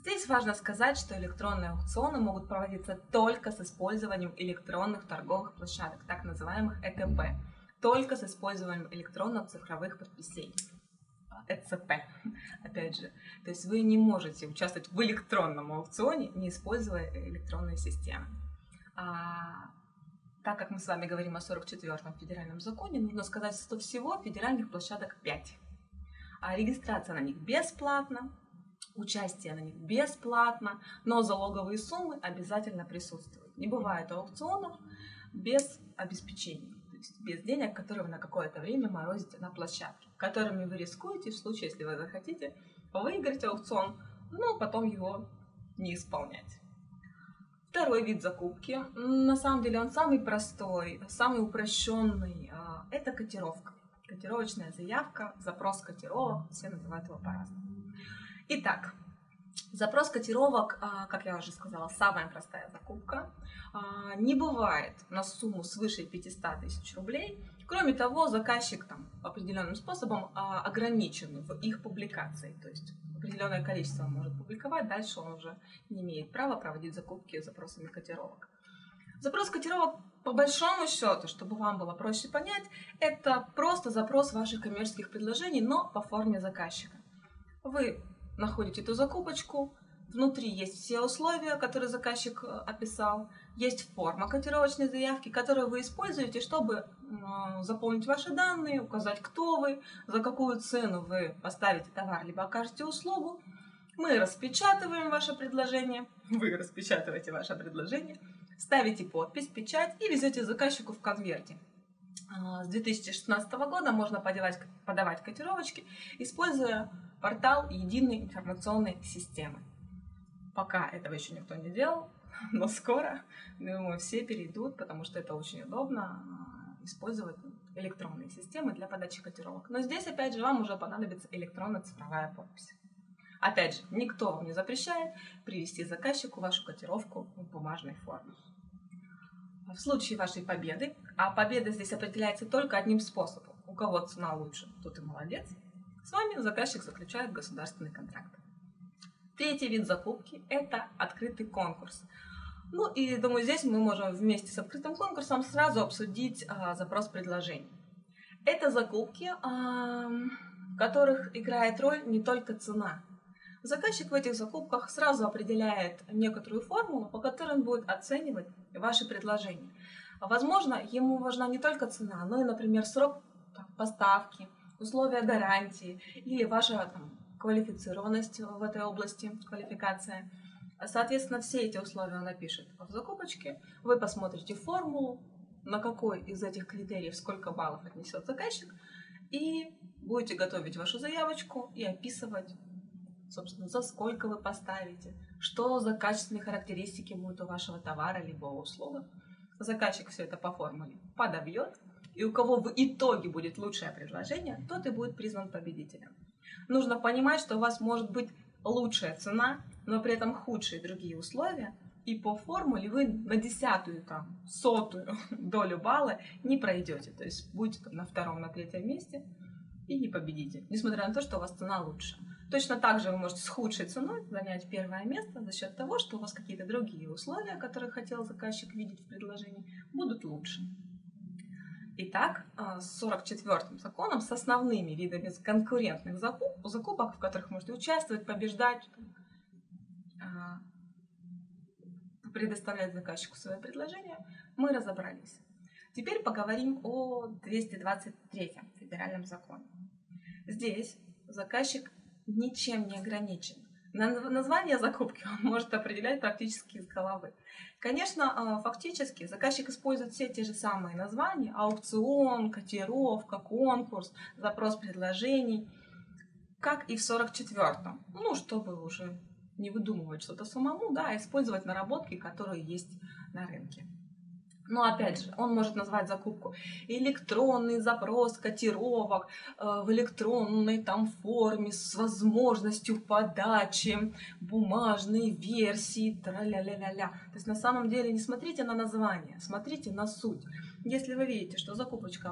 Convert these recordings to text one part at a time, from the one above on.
Здесь важно сказать, что электронные аукционы могут проводиться только с использованием электронных торговых площадок, так называемых ЭТП, только с использованием электронно-цифровых подписей. ЭЦП, опять же. То есть вы не можете участвовать в электронном аукционе, не используя электронные системы. Так как мы с вами говорим о 44-м федеральном законе, нужно сказать, что всего федеральных площадок 5. А регистрация на них бесплатна, участие на них бесплатно, но залоговые суммы обязательно присутствуют. Не бывает аукционов без обеспечения, то есть без денег, которые вы на какое-то время морозите на площадке, которыми вы рискуете в случае, если вы захотите выиграть аукцион, но потом его не исполнять. Второй вид закупки, на самом деле он самый простой, самый упрощенный, это котировка. Котировочная заявка, запрос котировок, все называют его по-разному. Итак, запрос котировок, как я уже сказала, самая простая закупка. Не бывает на сумму свыше 500 тысяч рублей. Кроме того, заказчик определенным способом ограничен в их публикации. То есть определенное количество он может публиковать, дальше он уже не имеет права проводить закупки запросами котировок. Запрос котировок, по большому счету, чтобы вам было проще понять, это просто запрос ваших коммерческих предложений, но по форме заказчика. Вы находите эту закупочку, внутри есть все условия, которые заказчик описал, есть форма котировочной заявки, которую вы используете, чтобы заполнить ваши данные, указать, кто вы, за какую цену вы поставите товар, либо окажете услугу. Мы распечатываем ваше предложение, вы распечатываете ваше предложение, ставите подпись, печать и везете заказчику в конверте. С 2016 года можно подавать котировочки, используя портал единой информационной системы. Пока этого еще никто не делал, но скоро, думаю, все перейдут, потому что это очень удобно использовать электронные системы для подачи котировок. Но здесь, опять же, вам уже понадобится электронно-цифровая подпись. Опять же, никто вам не запрещает привести заказчику вашу котировку в бумажной форме. В случае вашей победы, а победа здесь определяется только одним способом, у кого цена лучше, тот и молодец, с вами заказчик заключает государственный контракт. Третий вид закупки – это открытый конкурс. Ну и, думаю, здесь мы можем вместе с открытым конкурсом сразу обсудить запрос предложений. Это закупки, в которых играет роль не только цена. Заказчик в этих закупках сразу определяет некоторую формулу, по которой он будет оценивать ваши предложения. Возможно, ему важна не только цена, но и, например, срок поставки, условия гарантии или ваша квалифицированность в этой области, квалификация. Соответственно, все эти условия он напишет в закупочке. Вы посмотрите формулу, на какой из этих критериев сколько баллов отнесет заказчик, и будете готовить вашу заявочку и описывать, собственно, за сколько вы поставите, что за качественные характеристики будут у вашего товара либо услуги. Заказчик все это по формуле подобьет, и у кого в итоге будет лучшее предложение, тот и будет признан победителем. Нужно понимать, что у вас может быть лучшая цена, но при этом худшие другие условия, и по формуле вы на 10-ую, 100-ю долю балла не пройдете, то есть будете на 2-м, на 3-м месте и не победите, несмотря на то, что у вас цена лучше. Точно так же вы можете с худшей ценой занять 1-е место за счет того, что у вас какие-то другие условия, которые хотел заказчик видеть в предложении, будут лучше. Итак, с 44-м законом, с основными видами конкурентных закупок, в которых можете участвовать, побеждать, предоставлять заказчику свое предложение, мы разобрались. Теперь поговорим о 223-м федеральном законе. Здесь заказчик ничем не ограничен. Название закупки он может определять практически из головы. Конечно, фактически заказчик использует все те же самые названия: аукцион, котировка, конкурс, запрос предложений, как и в 44-м. Ну, чтобы уже не выдумывать что-то самому, да, а использовать наработки, которые есть на рынке. Но опять же, он может назвать закупку электронный запрос котировок в электронной форме с возможностью подачи бумажной версии, тра-ля-ля-ля-ля. То есть на самом деле не смотрите на название, смотрите на суть. Если вы видите, что закупочка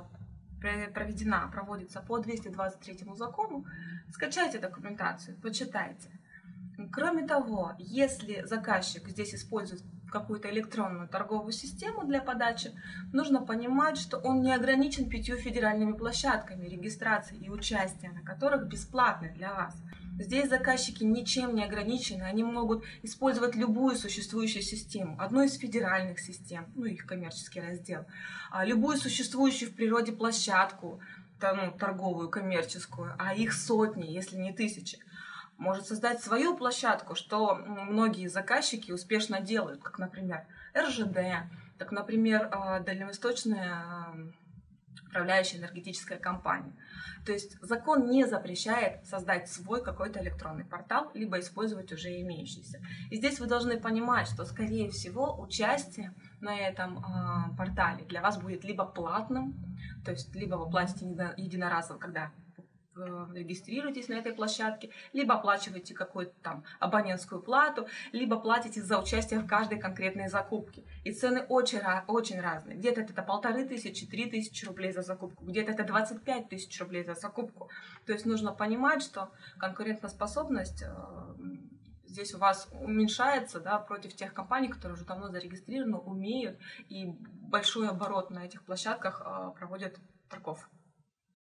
проводится по 223 закону, скачайте документацию, почитайте. Кроме того, если заказчик здесь использует какую-то электронную торговую систему для подачи, нужно понимать, что он не ограничен 5 федеральными площадками регистрации и участия, на которых бесплатны для вас. Здесь заказчики ничем не ограничены, они могут использовать любую существующую систему, одну из федеральных систем, ну их коммерческий раздел, любую существующую в природе площадку, торговую, коммерческую, а их сотни, если не тысячи. Может создать свою площадку, что многие заказчики успешно делают, как, например, РЖД, как, например, Дальневосточная управляющая энергетическая компания. То есть закон не запрещает создать свой какой-то электронный портал, либо использовать уже имеющийся. И здесь вы должны понимать, что, скорее всего, участие на этом портале для вас будет либо платным, то есть либо вы платите единоразово, когда регистрируетесь на этой площадке, либо оплачиваете какую-то там абонентскую плату, либо платите за участие в каждой конкретной закупке. И цены очень разные. Где-то это 1500, 3000 рублей за закупку, где-то это 25 тысяч рублей за закупку. То есть нужно понимать, что конкурентоспособность здесь у вас уменьшается, да, против тех компаний, которые уже давно зарегистрированы, умеют и большой оборот на этих площадках проводят торгов.